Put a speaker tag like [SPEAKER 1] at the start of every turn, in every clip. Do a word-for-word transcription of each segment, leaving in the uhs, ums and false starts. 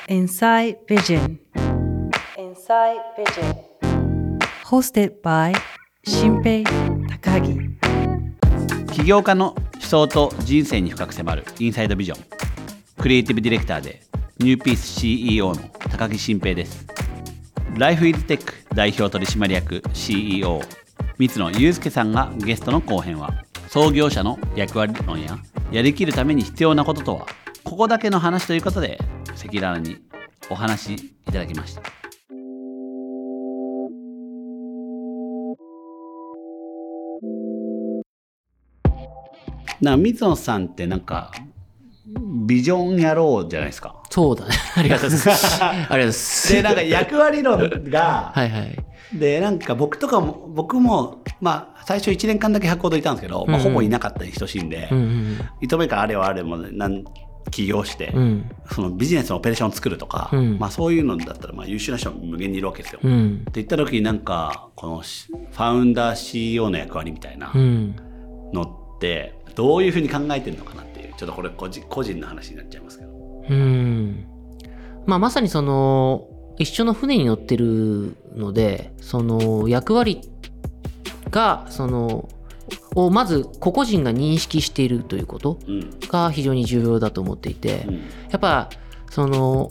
[SPEAKER 1] Inside Vision Inside Vision Hosted by 新平高木。
[SPEAKER 2] 起業家の思想と人生に深く迫るインサイドビジョン。クリエイティブディレクターでニューピース シーイーオー の高木新平です。ライフイズテック代表取締役 シーイーオー 三野祐介さんがゲストの後編は、創業者の役割論ややりきるために必要なこととは、ここだけの話ということで赤裸々にお話しいただきました。な水野さんってなんかビジョン野郎じゃないですか。
[SPEAKER 3] そうだね。ありがとうございます。ありがとうございます。
[SPEAKER 2] で、なんか役割論が
[SPEAKER 3] はいはい。
[SPEAKER 2] で、なんか僕とかも、僕も、まあ、最初いちねんかんだけ博報堂いたんですけど、うんうん、まあ、ほぼいなかったに等しいんで、うんうん、いとめかあれはあれもなん起業して、うん、そのビジネスのオペレーションを作るとか、うん、まあそういうのだったら、まあ優秀な人は無限にいるわけですよ。うん、って言った時になんか、このファウンダー シーイーオー の役割みたいなのって、どういうふうに考えてるのかなっていう、ちょっとこれ個人、個人の話になっちゃいますけど。
[SPEAKER 3] うん。まあまさにその、一緒の船に乗ってるので、その役割が、その、をまず個々人が認識しているということが非常に重要だと思っていて、うん、やっぱ、その、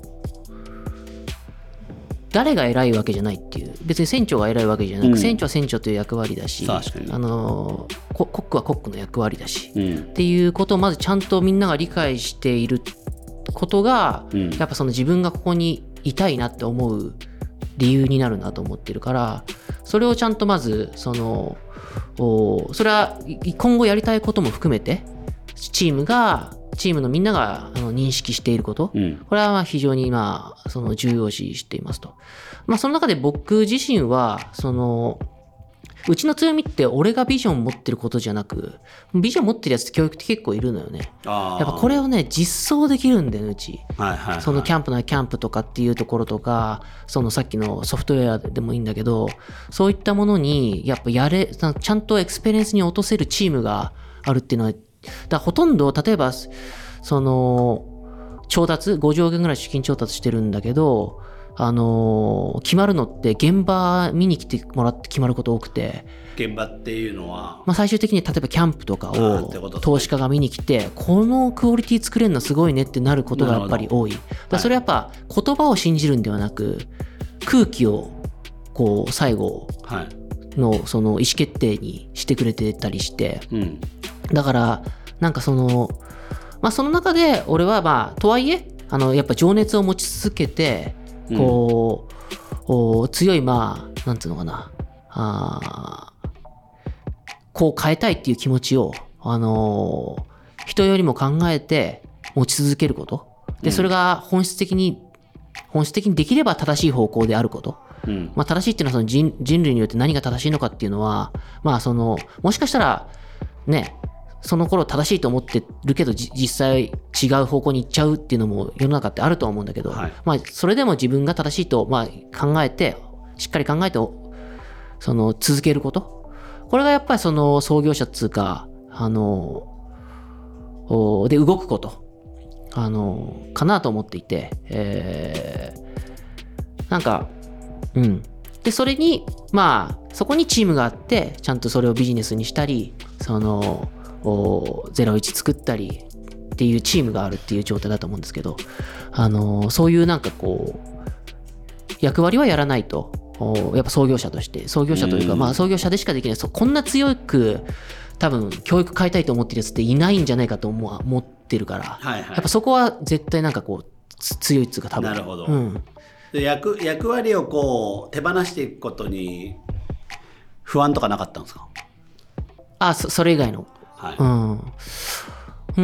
[SPEAKER 3] 誰が偉いわけじゃないっていう、別に船長が偉いわけじゃなく、うん、船長は船長という役割だし、あの、コックはコックの役割だし、うん、っていうことをまずちゃんとみんなが理解していることが、うん、やっぱその自分がここにいたいなって思う理由になるなと思ってるから、それをちゃんとまずそのそれは今後やりたいことも含めてチームがチームのみんながあの認識していること、うん、これはまあ非常にまあその重要視していますと。まあその中で僕自身はそのうちの強みって俺がビジョン持ってることじゃなく、ビジョン持ってるやつって教育って結構いるのよね。やっぱこれをね、実装できるんだよね、うち。はいはいはい、そのキャンプなキャンプとかっていうところとか、そのさっきのソフトウェアでもいいんだけど、そういったものに、やっぱやれ、ちゃんとエクスペリエンスに落とせるチームがあるっていうのは、だからほとんど、例えば、その、調達、ごじょうげんぐらい資金調達してるんだけど、あのー、決まるのって現場見に来てもらって決まること多くて、
[SPEAKER 2] 現場っていうのは、
[SPEAKER 3] まあ、最終的に例えばキャンプとかを投資家が見に来て、このクオリティ作れるのすごいねってなることがやっぱり多い。だからそれやっぱ言葉を信じるんではなく、空気をこう最後のその意思決定にしてくれてたりして、だからなんかそのまあその中で俺はまあとはいえあのやっぱ情熱を持ち続けて、こう、うん、強いまあなんつうのかな、あこう変えたいっていう気持ちをあのー、人よりも考えて持ち続けることで、それが本質的に本質的にできれば正しい方向であること、うん、まあ正しいっていうのはその 人, 人類によって何が正しいのかっていうのは、まあそのもしかしたらねその頃正しいと思ってるけど実際違う方向に行っちゃうっていうのも世の中ってあると思うんだけど、はい、まあそれでも自分が正しいとまあ考えてしっかり考えてその続けること、これがやっぱりその創業者っつうかあので動くことあのかなと思っていて、えー、なんかうんでそれにまあそこにチームがあってちゃんとそれをビジネスにしたりそのゼロイチ作ったりっていうチームがあるっていう状態だと思うんですけど、あのそういうなんかこう役割はやらないとやっぱ創業者として創業者というかまあ創業者でしかできないこんな強く多分教育変えたいと思ってるやつっていないんじゃないかと思思ってるから、はいはい、やっぱそこは絶対なんかこう強いっつうか多分
[SPEAKER 2] なるほど、うん、で 役, 役割をこう手放していくことに不安とかなかったんですか？
[SPEAKER 3] あ そ, それ以外のはい、うん、うん、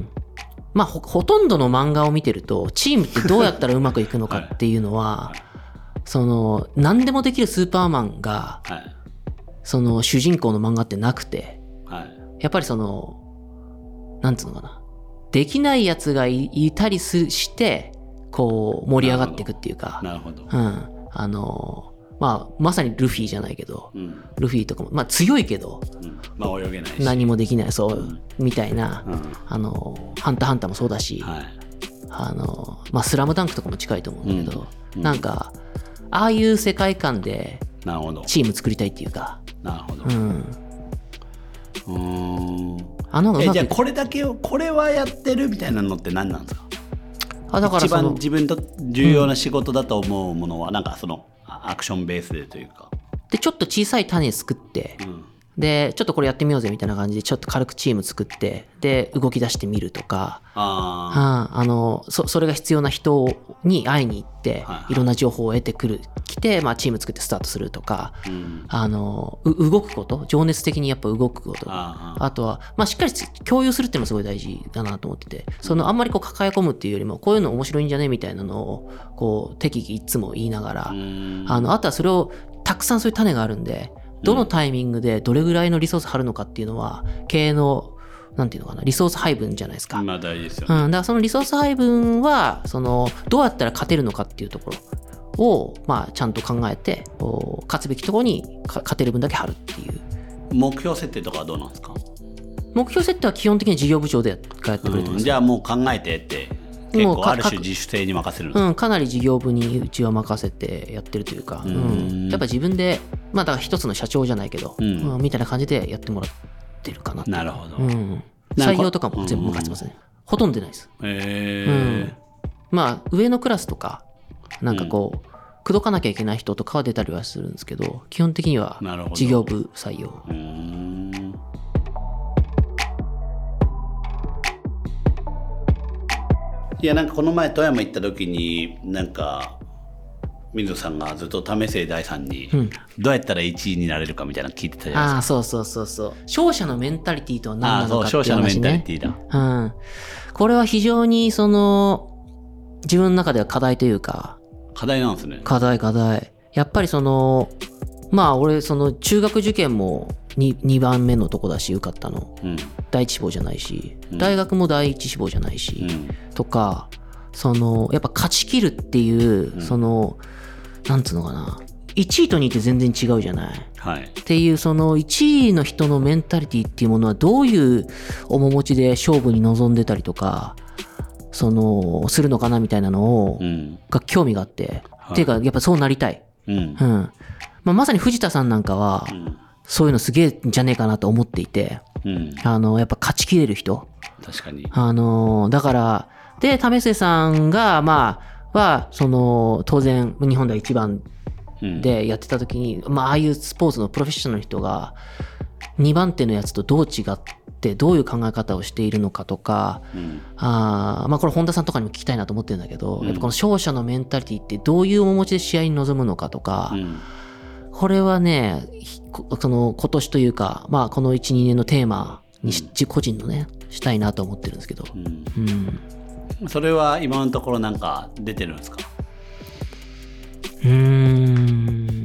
[SPEAKER 3] まあ ほ, ほとんどの漫画を見てるとチームってどうやったらうまくいくのかっていうのは、はい、その何でもできるスーパーマンが、はい、その主人公の漫画ってなくて、はい、やっぱりそのなんつうのかなできないやつが い, いたりすしてこう盛り上がっていくっていうか、
[SPEAKER 2] なるほど、
[SPEAKER 3] うん、あのまあ、まさにルフィじゃないけど、うん、ルフィとかも、まあ強いけど、
[SPEAKER 2] うん、まあ泳げないし。
[SPEAKER 3] 何もできない、そう、
[SPEAKER 2] うん、
[SPEAKER 3] みたいな、うん、あの、ハンターハンターもそうだし、はい、 あのまあスラムダンクとかも近いと思うんだけど、うん、なんかああいう世界観でチーム作りたいっていうか。
[SPEAKER 2] なるほど。
[SPEAKER 3] うん。
[SPEAKER 2] うーん。
[SPEAKER 3] あの
[SPEAKER 2] えじゃあこれだけをこれはやってるみたいなのって何なんですか？
[SPEAKER 3] あだから
[SPEAKER 2] 一番自分と重要な仕事だと思うものは、うん、なんかそのアクションベースでというか。
[SPEAKER 3] でちょっと小さい種作って、うん、でちょっとこれやってみようぜみたいな感じでちょっと軽くチーム作ってで動き出してみるとか、ああの そ, それが必要な人に会いに行って、はいはい、いろんな情報を得てくる来て、まあ、チーム作ってスタートするとか、うん、あの動くこと情熱的にやっぱ動くこと あ, あとは、まあ、しっかり共有するっていうのもすごい大事だなと思ってて、そのあんまりこう抱え込むっていうよりもこういうの面白いんじゃねみたいなのをこう適宜いつも言いながら、うん、あのあとはそれをたくさんそういう種があるんでどのタイミングでどれぐらいのリソース張るのかっていうのは経営のなんていうのかなリソース配分じゃないですか。
[SPEAKER 2] まあ大事ですよね。
[SPEAKER 3] うん、だからそのリソース配分はそのどうやったら勝てるのかっていうところをまあちゃんと考えて勝つべきところに勝てる分だけ張るっていう。
[SPEAKER 2] 目標設定とかはどうなんですか？
[SPEAKER 3] 目標設定は基本的に事業部長でやってくれてるんです、うん、
[SPEAKER 2] じゃあもう考えてって結構ある種自主性に任せるんですか？
[SPEAKER 3] うん、かなり事業部にうちは任せてやってるというか、うん、やっぱ自分でまあだから一つの社長じゃないけど、うんうん、みたいな感じでやってもらってるかな。
[SPEAKER 2] なるほど、
[SPEAKER 3] うん、採用とかも全部任せてますね、うん、ほとんど出ないです。
[SPEAKER 2] へー、うん、
[SPEAKER 3] まあ上のクラスとかなんかこう、うん、口説かなきゃいけない人とかは出たりはするんですけど基本的には事業部採用。
[SPEAKER 2] うーんいやなんかこの前富山行った時になんか水野さんがずっと為末大さんにどうやったらいちいになれるかみたいなの聞いてたじゃないですか、うん、
[SPEAKER 3] あそうそうそうそう勝者のメンタリティとは何なのかっていう話ね。あそう勝者のメンタリティだ、うん、これは非常にその自分の中では課題というか
[SPEAKER 2] 課題なんですね。
[SPEAKER 3] 課題課題やっぱりそのまあ俺その中学受験も 2, にばんめのとこだし受かったの、うん、第一志望じゃないし、うん、大学も第一志望じゃないし、うん、とかそのやっぱ勝ち切るっていう、うん、そのなんつうのかないちいとにいって全然違うじゃない、はい、っていうそのいちいの人のメンタリティっていうものはどういう面持ちで勝負に臨んでたりとかそのするのかなみたいなのを、うん、が興味があって、はい、っていうかやっぱそうなりたい、うんうんまあ、まさに藤田さんなんかは、うん、そういうのすげえんじゃねえかなと思っていて、うん、あのやっぱ勝ち切れる人
[SPEAKER 2] 確かに
[SPEAKER 3] あのだからで為末さんがまあはその当然日本ではいちばんでやってた時に、うんまあ、ああいうスポーツのプロフェッショナルの人がにばん手のやつとどう違ってどういう考え方をしているのかとか、うんあまあ、これ本田さんとかにも聞きたいなと思ってるんだけど、うん、やっぱこの勝者のメンタリティってどういう面持ちで試合に臨むのかとか、うん、これはねその今年というか、まあ、この いち,に 年のテーマにし、うん、個人のねしたいなと思ってるんですけど、うん
[SPEAKER 2] うん、それは今のところなんか出てるんですか？
[SPEAKER 3] うーん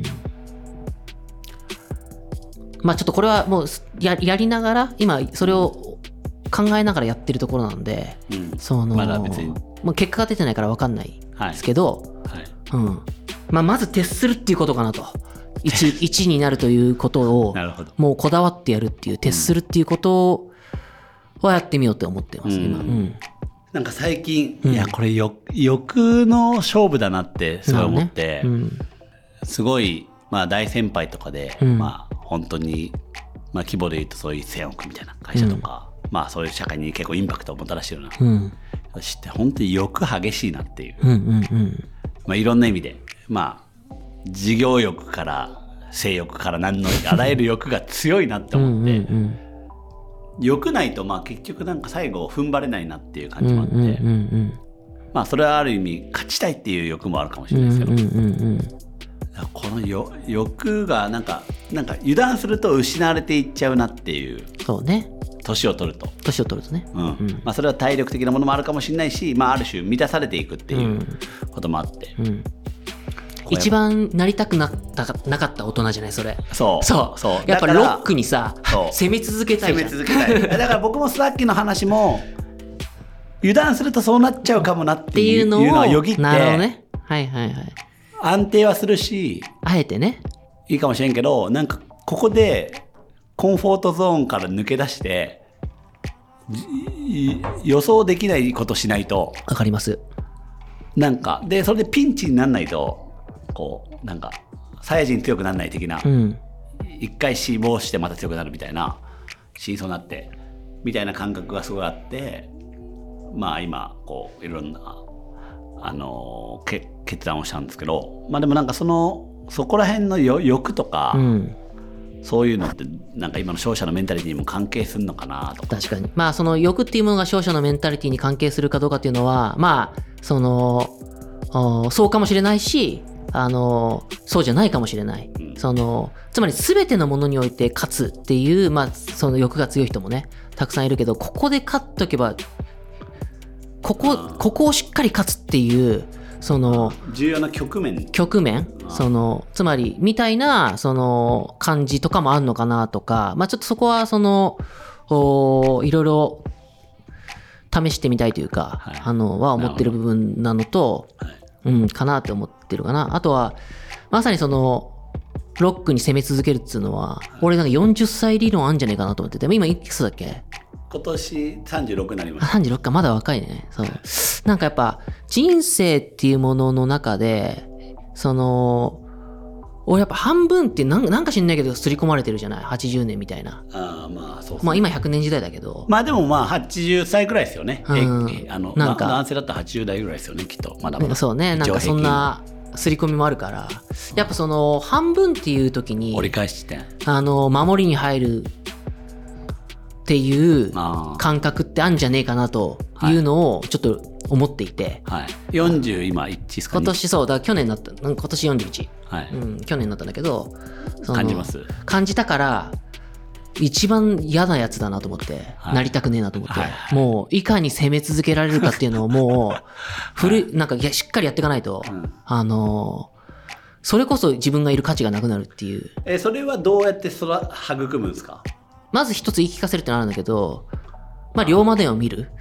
[SPEAKER 3] まあちょっとこれはもう や, やりながら今それを考えながらやってるところなんで、うん、そのまだ別にもう結果が出てないから分かんないですけど、はいはいうんまあ、まず徹するっていうことかなと 1, いちになるということをもうこだわってやるっていう徹するっていうことはやってみようって思ってます、うん、今、うん、
[SPEAKER 2] なんか最近、うん、いやこれよ欲の勝負だなってすごい思って、ねうん、すごい、まあ、大先輩とかで、うんまあ、本当に、まあ、規模で言うとそういうせんおくみたいな会社とか、うんまあ、そういう社会に結構インパクトをもたらしてるな、うん、知って本当に欲激しいなっていう、うんうんうんまあ、いろんな意味で、まあ、事業欲から性欲から何のあらゆる欲が強いなって思ってうんうん、うん欲ないとまあ結局なんか最後踏ん張れないなっていう感じもあって、うんうんうんうん、まあそれはある意味勝ちたいっていう欲もあるかもしれないですけど、うんうんうんうん、このよ欲がなんかなんか油断すると失われていっちゃうなっていう。
[SPEAKER 3] そうね。
[SPEAKER 2] 年を取ると
[SPEAKER 3] 年を取るとね、
[SPEAKER 2] うんうんまあ、それは体力的なものもあるかもしれないし、まあ、ある種満たされていくっていうこともあって、うんうん
[SPEAKER 3] 一番なりたくなったなかった大人じゃないそれ。
[SPEAKER 2] そう
[SPEAKER 3] そうそうやっぱロックにさ攻め続けたいじゃん。
[SPEAKER 2] 攻め続けたいだから僕もさっきの話も油断するとそうなっちゃうかもなっていうのをよぎって
[SPEAKER 3] なるほどねはいはいはい
[SPEAKER 2] 安定はするし
[SPEAKER 3] あえてね
[SPEAKER 2] いいかもしれんけどなんかここでコンフォートゾーンから抜け出して予想できないことしないと。
[SPEAKER 3] わかります。
[SPEAKER 2] なんかでそれでピンチにならないとこうなんかサイヤ人強くならない的な、うん、一回死亡してまた強くなるみたいな、死にそうになってみたいな感覚がすごいあって、まあ今こういろんなあのけ決断をしたんですけど、まあでもなんかそのそこら辺の欲とか、うん、そういうのってなんか今の消費者のメンタリティにも関係するのかなとか。
[SPEAKER 3] 確かに。まあその欲っていうものが消費者のメンタリティに関係するかどうかっていうのは、まあそのそうかもしれないし、あのそうじゃないかもしれない。うん、そのつまり全てのものにおいて勝つっていう、まあその欲が強い人もねたくさんいるけど、ここで勝っとけば、ここここをしっかり勝つっていう。その
[SPEAKER 2] 重要な局面
[SPEAKER 3] 局面そのつまりみたいなその感じとかもあるのかなとか、まあちょっとそこはそのいろいろ試してみたいというか、はい、あのは思ってる部分なのと、はい、うんかなって思ってるかな。あとはまさにそのロックに攻め続けるっていうのは、はい、俺なんかよんじゅっさい理論あるんじゃねえかなと思ってて、今いくつだっけ？
[SPEAKER 2] 今年さんじゅうろくになりました。
[SPEAKER 3] さんじゅうろくか、まだ若いね。そう。なんかやっぱ人生っていうものの中で、その、俺やっぱ半分ってなんなんか知んないけど刷り込まれてるじゃない？ はちじゅうねんみたいな。
[SPEAKER 2] ああ、まあそうですね。
[SPEAKER 3] まあ今ひゃくねん時代だけど。
[SPEAKER 2] まあでもまあはちじゅっさいくらいですよね。うん、あのなんか男性だったらはちじゅうだいぐらいですよね、きっと。まだまだ。
[SPEAKER 3] そうね。なんかそんな刷り込みもあるから、やっぱその半分っていう時に、
[SPEAKER 2] 折り返し地点。
[SPEAKER 3] あの、守りに入るっていう感覚ってあるんじゃねえかなというのをちょっと思っていて、
[SPEAKER 2] はいはい、よんじゅう今一致ですかね。
[SPEAKER 3] 今年そうだ、去年になった、今年よんじゅういち、はいうん、去年になったんだけど、その
[SPEAKER 2] 感じます
[SPEAKER 3] 感じたから一番嫌なやつだなと思って、はい、なりたくねえなと思って、はい、もういかに攻め続けられるかっていうのをもう古い、はい、なんかしっかりやっていかないと、うん、あのそれこそ自分がいる価値がなくなるっていう。
[SPEAKER 2] えそれはどうやってそら育むんですか？
[SPEAKER 3] まず一つ言い聞かせるってのあるんだけど、まあ龍馬伝を見る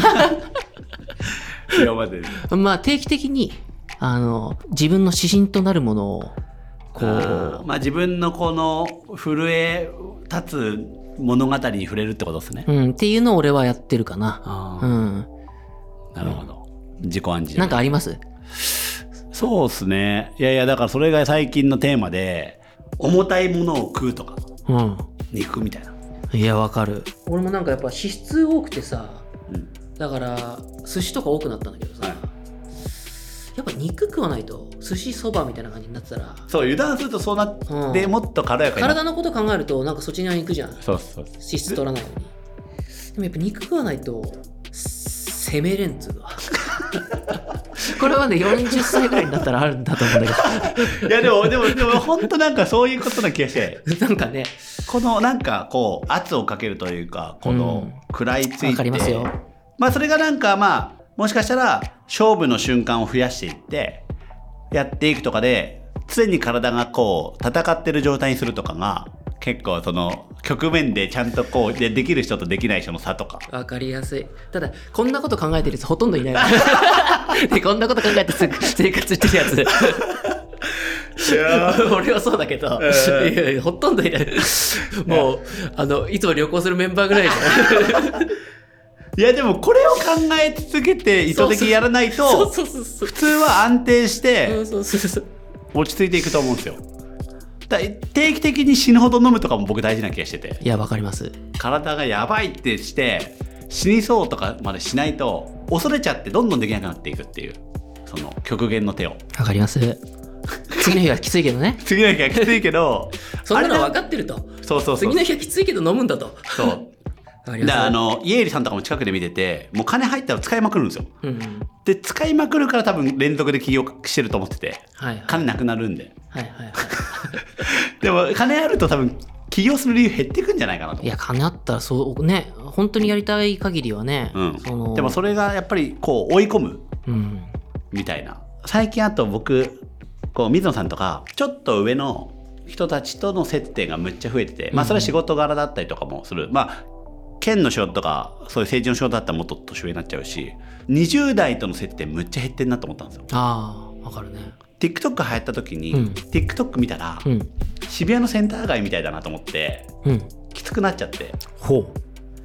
[SPEAKER 2] 龍馬伝
[SPEAKER 3] まあ定期的にあの自分の指針となるものをこう
[SPEAKER 2] まあ自分のこの震え立つ物語に触れるってことですね、
[SPEAKER 3] うん、っていうのを俺はやってるかな。うん、
[SPEAKER 2] なるほど、うん、自己暗示
[SPEAKER 3] なんかあります？
[SPEAKER 2] そうですね。いやいやだからそれが最近のテーマで、重たいものを食うとか、うん、肉みたいな。
[SPEAKER 3] いやわかる。俺もなんかやっぱ脂質多くてさ、うん、だから寿司とか多くなったんだけどさ、はい、やっぱ肉食わないと寿司そばみたいな感じになってたら、
[SPEAKER 2] そう油断するとそうなって、うん、もっと軽やかに
[SPEAKER 3] 体のこと考えるとなんかそっちに行くじゃん。
[SPEAKER 2] そうそう
[SPEAKER 3] 脂質取らないように。でもやっぱ肉食わないと攻めれんつうのこれはねよんじゅっさいぐらいになったらあるんだと思うんだ
[SPEAKER 2] けどいやでもでもでも本当なんかそういうことな気がして
[SPEAKER 3] なんかね
[SPEAKER 2] このなんかこう圧をかけるというかこの食らいついて、うん、わかりますよ。まあそれがなんかまあもしかしたら勝負の瞬間を増やしていってやっていくとかで常に体がこう戦ってる状態にするとかが結構その局面でちゃんとこう で, できる人とできない人の差とか
[SPEAKER 3] 分かりやすい。ただこんなこと考えてる人ほとんどいないでこんなこと考えて生活してるやついや俺はそうだけど、えー、いやいやほとんどいないもうあのいつも旅行するメンバーぐらいじゃない
[SPEAKER 2] いやでもこれを考え続けて意図的にやらないと普通は安定して落ち着いていくと思うんですよ。だ定期的に死ぬほど飲むとかも僕大事な気がしてて。
[SPEAKER 3] いやわかります。
[SPEAKER 2] 体がやばいってして死にそうとかまでしないと恐れちゃってどんどんできなくなっていくっていうその極限の手を。
[SPEAKER 3] わかります次の日はきついけどね
[SPEAKER 2] 次の日はきついけど
[SPEAKER 3] そんなの分かってると。
[SPEAKER 2] そうそうそう
[SPEAKER 3] 次の日はきついけど飲むんだと。
[SPEAKER 2] そうだからあの家入さんとかも近くで見ててもう金入ったら使いまくるんですよ、うんうん、で使いまくるから多分連続で起業してると思ってて、はいはい、金なくなるんで、はいはいはい、でも金あると多分起業する理由減ってくんじゃないかなと。
[SPEAKER 3] いや金あったらそうね本当にやりたい限りはね、
[SPEAKER 2] うん、そのでもそれがやっぱりこう追い込む、うん、みたいな。最近あと僕こう水野さんとかちょっと上の人たちとの接点がむっちゃ増えてて、まあそれは仕事柄だったりとかもする、まあ県の仕事とかそういう政治の仕事だったらもっと年上になっちゃうしにじゅう代との接点むっちゃ減ってんなと思ったんですよ。
[SPEAKER 3] ああわかるね。
[SPEAKER 2] TikTok 流行った時に、うん、TikTok 見たら、うん、渋谷のセンター街みたいだなと思って、うん、きつくなっちゃって。ほう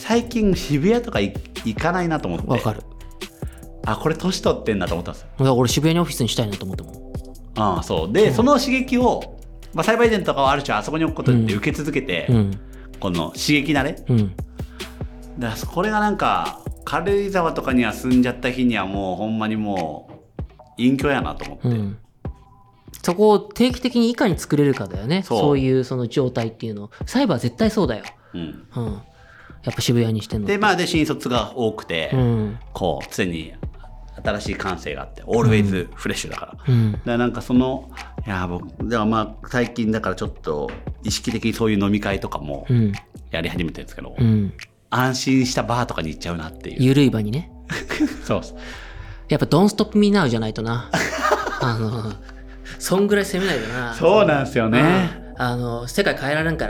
[SPEAKER 2] 最近渋谷とか行かないなと思って。
[SPEAKER 3] わかる。
[SPEAKER 2] あ、これ年取ってんだと思ったんですよ。
[SPEAKER 3] だから俺渋谷にオフィスにしたいなと思ったもん。
[SPEAKER 2] ああ、そうで、うん、その刺激を、まあ、サイバーエージェントとかはある種あそこに置くことで受け続けて、うん、この刺激慣れ、うん、だからこれがなんか軽井沢とかには住んじゃった日にはもうほんまにもう隠居やなと思って、うん、
[SPEAKER 3] そこを定期的にいかに作れるかだよね。そう、そういうその状態っていうの。サイバー絶対そうだよ、うんうん、やっぱ渋谷にしてんの
[SPEAKER 2] で、まあ、で新卒が多くて、うん、こう常に新しい感性があってオールウェイズフレッシュだから、うん、だからなんかそのいや僕だからまあ最近だからちょっと意識的にそういう飲み会とかもやり始めてるんですけど、うん、安心したバーとかに行っちゃうなっていう。
[SPEAKER 3] ゆるい場にね
[SPEAKER 2] そう
[SPEAKER 3] やっぱ Don't Stop Me Now じゃないとなあのそんぐらい攻めないとな。
[SPEAKER 2] そうなんですよね、
[SPEAKER 3] うん、あの世界変えられんから。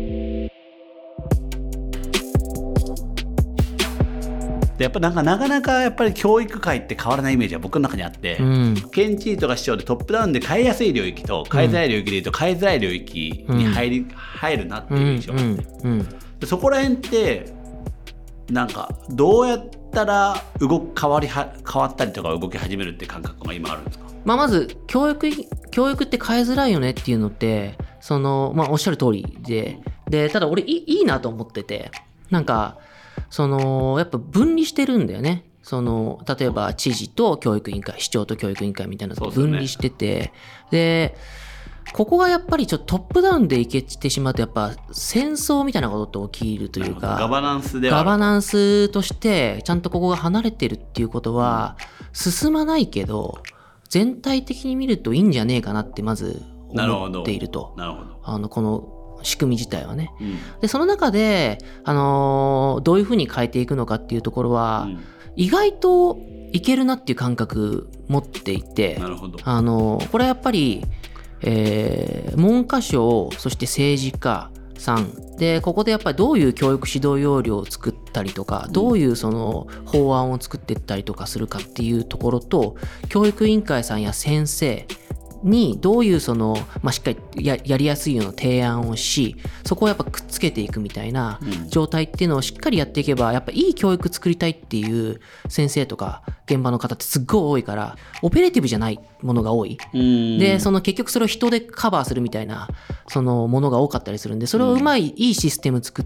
[SPEAKER 2] でやっぱなんかなかなかやっぱり教育界って変わらないイメージは僕の中にあって、うん、県知事とか市長でトップダウンで変えやすい領域と変えづらい領域でいうと変えづらい領域に入り、うん、入るなっていう印象、うんうんうん、でそこら辺ってなんかどうやったら動く変わりは変わったりとか動き始めるって感覚が今あるんですか？
[SPEAKER 3] まあ、まず教育教育って変えづらいよねっていうのってその、まあ、おっしゃる通りで、でただ俺いいいなと思ってて、なんかそのやっぱ分離してるんだよね。その例えば知事と教育委員会、市長と教育委員会みたいなの分離してて、でここがやっぱりちょっとトップダウンでいけてしまうとやっぱ戦争みたいなことって起きるというか、
[SPEAKER 2] ガバナンスでは
[SPEAKER 3] ガバナンスとしてちゃんとここが離れてるっていうことは進まないけど全体的に見るといいんじゃねえかなってまず思っていると。
[SPEAKER 2] なるほど。
[SPEAKER 3] あのこの仕組み自体はね、うん、でその中で、あのー、どういうふうに変えていくのかっていうところは、うん、意外といけるなっていう感覚持っていて、
[SPEAKER 2] なるほど。
[SPEAKER 3] あのー、これはやっぱり、えー、文科省そして政治家さんでここでやっぱりどういう教育指導要領を作ったりとか、うん、どういうその法案を作っていったりとかするかっていうところと、教育委員会さんや先生にどういうその、まあ、しっかり や, やりやすいような提案をし、そこをやっぱくっつけていくみたいな状態っていうのをしっかりやっていけば、やっぱいい教育作りたいっていう先生とか現場の方ってすっごい多いから、オペレーティブじゃないものが多い。でその結局それを人でカバーするみたいなそのものが多かったりするんで、それをうまいいいシステム作って、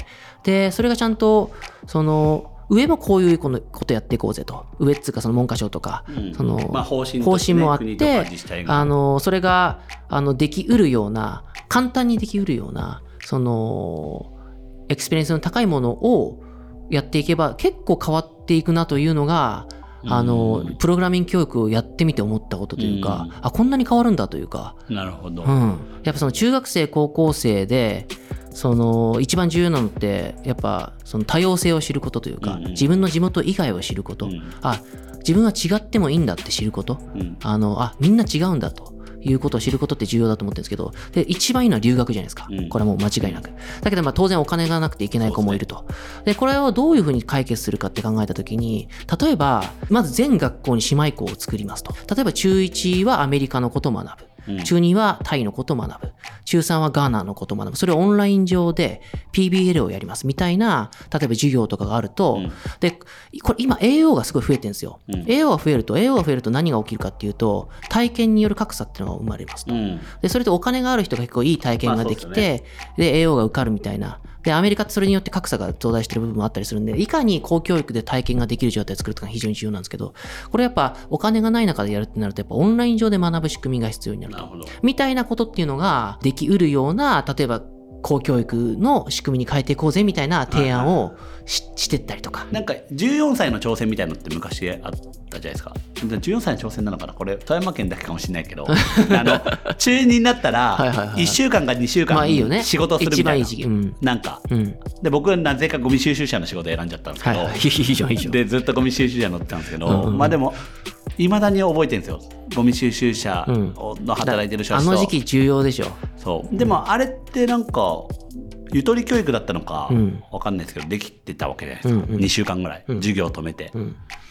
[SPEAKER 3] でそれがちゃんとその上もこういうことやっていこうぜと、上っつうかその文科省とか、うん、その
[SPEAKER 2] まあ方針としてね、
[SPEAKER 3] 方針もあって、あのそれがあのできうるような、簡単にできうるようなそのエクスペリエンスの高いものをやっていけば結構変わっていくなというのが、あのプログラミング教育をやってみて思ったことというか、あこんなに変わるんだというか。
[SPEAKER 2] なるほど、
[SPEAKER 3] うん、やっぱその中学生高校生でその一番重要なのってやっぱその多様性を知ることというか、うんうん、自分の地元以外を知ること、うん、あ自分は違ってもいいんだって知ること、うん、あのあみんな違うんだということを知ることって重要だと思ってるんですけど、で一番いいのは留学じゃないですか、うん、これはもう間違いなく。だけどまあ当然お金がなくていけない子もいると。でこれをどういうふうに解決するかって考えたときに、例えばまず全学校に姉妹校を作りますと。例えば中いちはアメリカのことを学ぶ、うん、中にはタイのことを学ぶ、中さんはガーナのことを学ぶ、それをオンライン上で ピービーエル をやりますみたいな、例えば授業とかがあると、うん、でこれ今 エーオー がすごい増えてるんですよ、うん、エーオー が増えると エーオー が増えると何が起きるかっていうと、体験による格差っていうのが生まれますと、うん、でそれとお金がある人が結構いい体験ができて、まあ、で, で エーオー が受かるみたいな。でアメリカってそれによって格差が増大している部分もあったりするんで、いかに公教育で体験ができる状態を作るというのが非常に重要なんですけど、これやっぱお金がない中でやるってなると、やっぱオンライン上で学ぶ仕組みが必要になると、みたいなことっていうのができうるような、例えば公教育の仕組みに変えていこうぜみたいな提案を し, してったりとか。
[SPEAKER 2] なんかじゅうよんさいの挑戦みたいなのって昔あったじゃないですか。じゅうよんさいの挑戦なのかな、これ富山県だけかもしれないけどあの中になったらいっしゅうかんかにしゅうかん仕事するみたいな、まあいいよね、一番いい時期、うん、なんか、うん、で僕はなぜかゴミ収集車の仕事を選んじゃったんですけど、はいはい、いいじゃんいいじゃんでずっとゴミ収集車乗ってたんですけど、うんうん、まあでもいまだに覚えてるんですよ、ゴミ収集車の働いてる人たちと、
[SPEAKER 3] うん、あの時期重要でしょ。
[SPEAKER 2] そうでもあれってなんかゆとり教育だったのか分かんないですけど、できてたわけじゃないですか、うんうん、にしゅうかんぐらい、うん、授業を止めて、うん、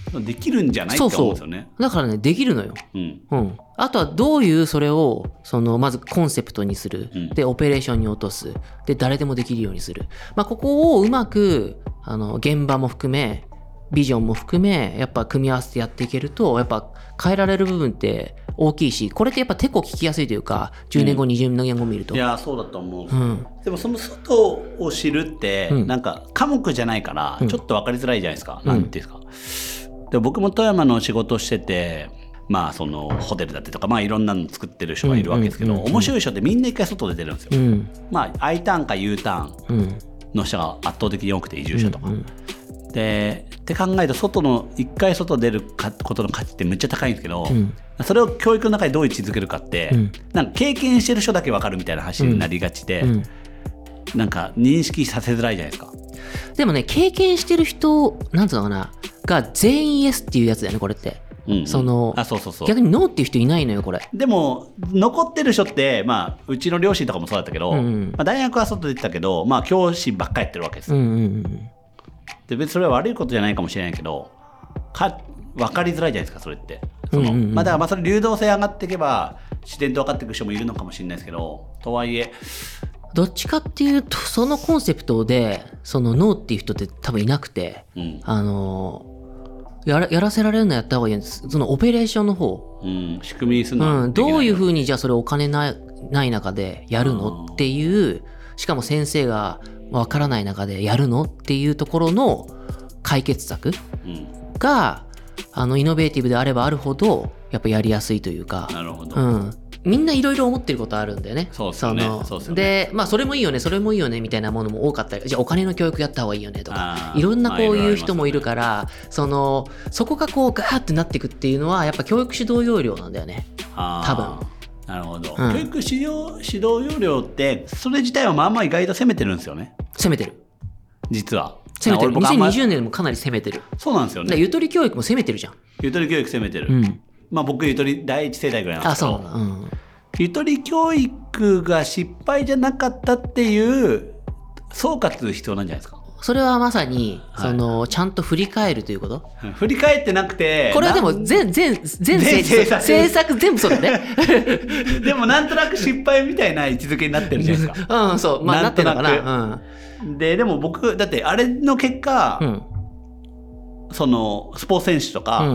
[SPEAKER 2] できるんじゃないって思うんですよね。
[SPEAKER 3] そうそうだからねできるのよ、うんうん、あとはどういうそれをそのまずコンセプトにする、うん、でオペレーションに落とすで誰でもできるようにする、まあ、ここをうまくあの現場も含めビジョンも含めやっぱ組み合わせてやっていけるとやっぱ変えられる部分って大きいし、これってやっぱテコ聞きやすいというかじゅうねんご、うん、にじゅうねんご見ると、
[SPEAKER 2] いやそうだと思う、うん、でもその外を知るって、うん、なんか科目じゃないからちょっと分かりづらいじゃないですか、うん、なんていうんですか。で僕も富山の仕事をしててまあそのホテルだってとかまあいろんなの作ってる人がいるわけですけど、うんうんうんうん、面白い人ってみんな一回外出てるんですよ、うん、まあ I ターンか U ターンの人が圧倒的に多くて移住者とか、うんうんでって考えると外の一回外出ることの価値ってめっちゃ高いんですけど、うん、それを教育の中でどう位置づけるかって、うん、なんか経験してる人だけ分かるみたいな話になりがちで、うんうん、なんか認識させづらいじゃないですか。
[SPEAKER 3] でもね経験してる人なんつうのかなが全員イエスっていうやつだよねこれって、うんうん、そのあそうそうそう逆にノーっていう人いないのよこれ。
[SPEAKER 2] でも残ってる人って、まあ、うちの両親とかもそうだったけど、うんうんまあ、大学は外出てたけど、まあ、教師ばっかりやってるわけです、うんうんうんで別にそれは悪いことじゃないかもしれないけどか分かりづらいじゃないですかそれってその、うんうんうんまあ、だからまあそれ流動性上がっていけば自然と分かっていく人もいるのかもしれないですけどとはいえ
[SPEAKER 3] どっちかっていうとそのコンセプトでそのノーっていう人って多分いなくて、うん、あのや ら, やらせられるのやった方がいいんです。そのオペレーションの方、
[SPEAKER 2] うん、仕組みにするの、
[SPEAKER 3] うん、どういうふうにじゃあそれお金な い, ない中でやるのっていうしかも先生がわからない中でやるのっていうところの解決策が、うん、あのイノベーティブであればあるほどやっぱやりやすいというか。
[SPEAKER 2] なるほど、
[SPEAKER 3] うん、みんないろいろ思ってることあるんだよね。
[SPEAKER 2] そうですよね。そうですよね。
[SPEAKER 3] で、まあそれもいいよねそれもいいよねみたいなものも多かったりじゃあお金の教育やった方がいいよねとかいろんなこういう人もいるから、まあそのそこがこうガーってなっていくっていうのはやっぱ教育指導要領なんだよね多分。
[SPEAKER 2] なるほど、うん、教育指導、指導要領ってそれ自体はまあまあ意外と攻めてるんですよね。
[SPEAKER 3] 攻めてる
[SPEAKER 2] 実は
[SPEAKER 3] 攻めてる。にせんにじゅうねんもかなり攻めてる。
[SPEAKER 2] そうなんですよね。
[SPEAKER 3] ゆとり教育も攻めてるじゃん。
[SPEAKER 2] ゆとり教育攻めてる、うん、まあ僕ゆとり第一世代ぐらいなんですけど、あ、そう、うん、ゆとり教育が失敗じゃなかったっていう総括必要なんじゃないですか。
[SPEAKER 3] それはまさに、はい、そのちゃんと振り返るということ。
[SPEAKER 2] 振り返ってなくて
[SPEAKER 3] これはでも全全全政策政策全部そうだね
[SPEAKER 2] でもなんとなく失敗みたいな位置づけになってるじゃないですか
[SPEAKER 3] うんそうまあなってるのかな、
[SPEAKER 2] うん、ででも僕だってあれの結果、うん、そのスポーツ選手とか、うん、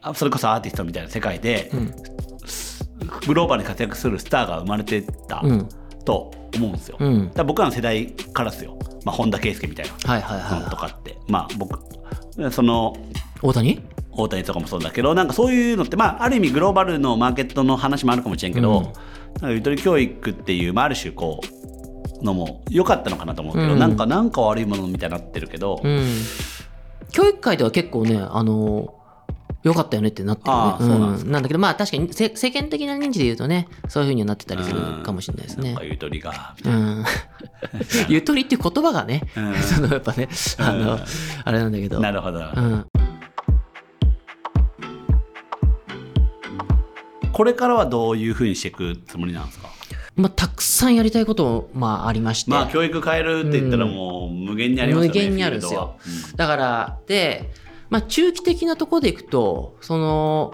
[SPEAKER 2] それこそアーティストみたいな世界で、うん、グローバルに活躍するスターが生まれてた、うん、と思うんですよ、うん、だから僕らの世代からですよ。まあ、本田圭佑みたいな、はいはいはいはい、とかってまあ僕その
[SPEAKER 3] 大谷
[SPEAKER 2] 大谷とかもそうだけどなんかそういうのって、まあ、ある意味グローバルのマーケットの話もあるかもしれんけど、うん、なんかゆとり教育っていう、まあ、ある種こうのも良かったのかなと思うけど、うん、なんかなんか悪いものみたいになってるけど、うん、
[SPEAKER 3] 教育界では結構ねあの良かったよねってなってるね。ああ、そうなんですか。うん、なんだけどまあ確かに世間的な認知で言うとねそういう風にはなってたりするかもしれないですね。
[SPEAKER 2] なんかゆとりが、
[SPEAKER 3] うん、ゆとりっていう言葉がね、うん、そのやっぱねあの、うん、あれなんだけど。
[SPEAKER 2] なるほど。うん、これからはどういう風にしていくつもりなんですか。
[SPEAKER 3] まあ、たくさんやりたいことも、まあ、ありまして、
[SPEAKER 2] まあ教育変えるって言ったらもう無限にありますよね、
[SPEAKER 3] うん、無限にあるんですよ、うん、だからでまあ、中期的なところでいくとその、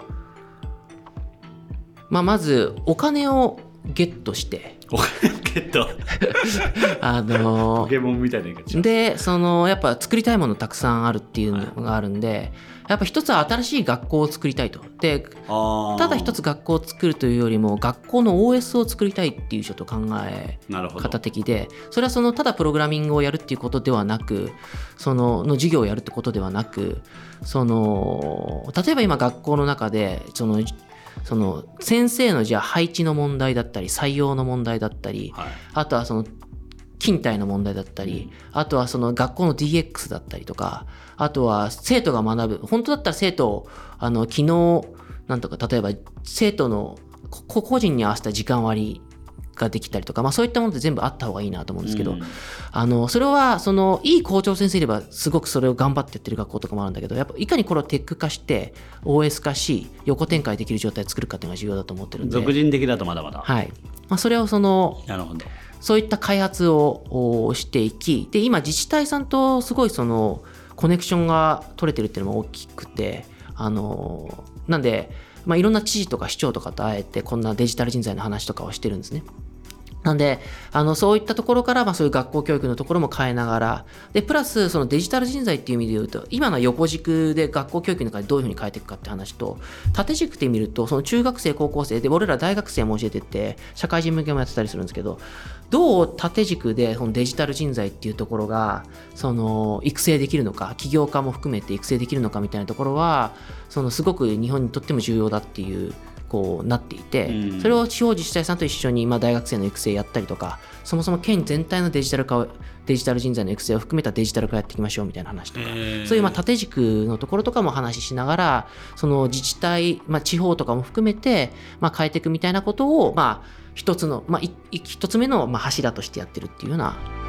[SPEAKER 3] まあ、まずお金をゲットして
[SPEAKER 2] お金ゲット
[SPEAKER 3] あの
[SPEAKER 2] ポケモンみたいな言い方
[SPEAKER 3] でそのやっぱ作りたいものたくさんあるっていうのがあるんで、はい、やっぱ一つは新しい学校を作りたいと。でただ一つ学校を作るというよりも学校の オーエス を作りたいっていうちょっと考え方的でそれはそのただプログラミングをやるっていうことではなくそのの授業をやるってことではなくその例えば今学校の中でそのその先生のじゃあ配置の問題だったり採用の問題だったり、はい、あとはその勤怠の問題だったり、あとはその学校の ディーエックス だったりとか、あとは生徒が学ぶ本当だったら生徒をあの昨日なんとか例えば生徒の個人に合わせた時間割ができたりとか、まあ、そういったものって全部あった方がいいなと思うんですけど、うん、あのそれはそのいい校長先生いればすごくそれを頑張ってやってる学校とかもあるんだけどやっぱいかにこれをテック化して オーエス 化し横展開できる状態を作るかっていうのが重要だと思ってるんで
[SPEAKER 2] 俗人的だとまだまだ、
[SPEAKER 3] はいまあ、それをその
[SPEAKER 2] なるほど
[SPEAKER 3] そういった開発をしていきで今自治体さんとすごいそのコネクションが取れてるっていうのも大きくて、あのなんで、まあ、いろんな知事とか市長とかと会えてこんなデジタル人材の話とかをしてるんですね。なんで、あの、そういったところから、まあそういう学校教育のところも変えながら、で、プラス、そのデジタル人材っていう意味で言うと、今の横軸で学校教育の中でどういうふうに変えていくかって話と、縦軸で見ると、その中学生、高校生で、俺ら大学生も教えてて、社会人向けもやってたりするんですけど、どう縦軸でそのデジタル人材っていうところが、その、育成できるのか、起業家も含めて育成できるのかみたいなところは、その、すごく日本にとっても重要だっていう、こうなっていて、うん、それを地方自治体さんと一緒に、まあ、大学生の育成やったりとか、そもそも県全体のデジタル化をデジタル人材の育成を含めたデジタル化やっていきましょうみたいな話とか、そういうまあ縦軸のところとかも話しながら、その自治体、まあ、地方とかも含めて、まあ、変えていくみたいなことを、まあ、一つの、まあ、一つ目のまあ柱としてやってるっていうような